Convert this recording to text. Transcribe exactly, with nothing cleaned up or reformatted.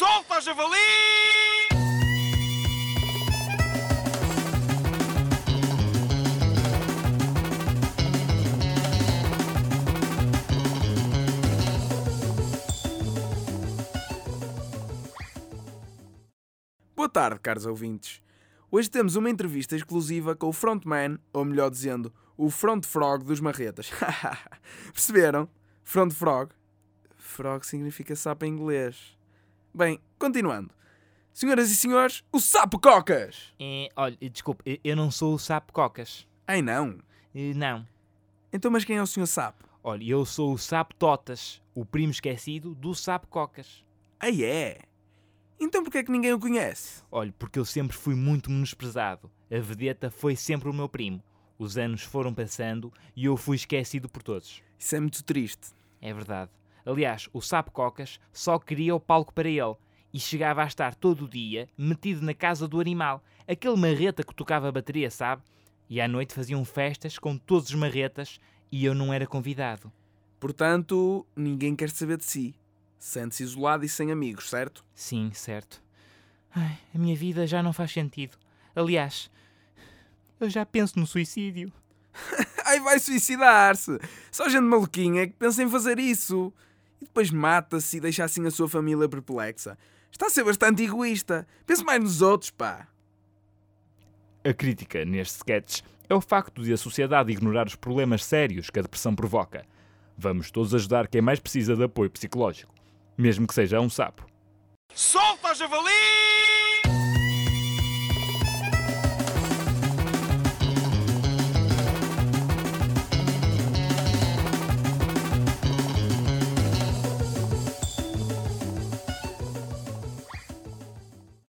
Solta, javali! Boa tarde, caros ouvintes. Hoje temos uma entrevista exclusiva com o frontman, ou melhor dizendo, o front frog dos marretas. Perceberam? Front frog? Frog significa sapo em inglês. Bem, continuando. Senhoras e senhores, o Sapo Cocas! É, olha, desculpe, eu não sou o Sapo Cocas. Ai não? Eh, Não. Então mas quem é o senhor Sapo? Olha, eu sou o Sapo Totas, o primo esquecido do Sapo Cocas. Ai é? Então porquê é que ninguém o conhece? Olha, porque eu sempre fui muito menosprezado. A vedeta foi sempre o meu primo. Os anos foram passando e eu fui esquecido por todos. Isso é muito triste. É verdade. Aliás, o Sapo Cocas só queria o palco para ele e chegava a estar todo o dia metido na casa do animal. Aquele marreta que tocava a bateria, sabe? E à noite faziam festas com todos os marretas e eu não era convidado. Portanto, ninguém quer saber de si. Sente-se isolado e sem amigos, certo? Sim, certo. Ai, a minha vida já não faz sentido. Aliás, eu já penso no suicídio. Ai, vai suicidar-se! Só gente maluquinha é que pensa em fazer isso. E depois mata-se e deixa assim a sua família perplexa. Está a ser bastante egoísta. Pense mais nos outros, pá. A crítica neste sketch é o facto de a sociedade ignorar os problemas sérios que a depressão provoca. Vamos todos ajudar quem mais precisa de apoio psicológico, mesmo que seja um sapo. Solta, javali!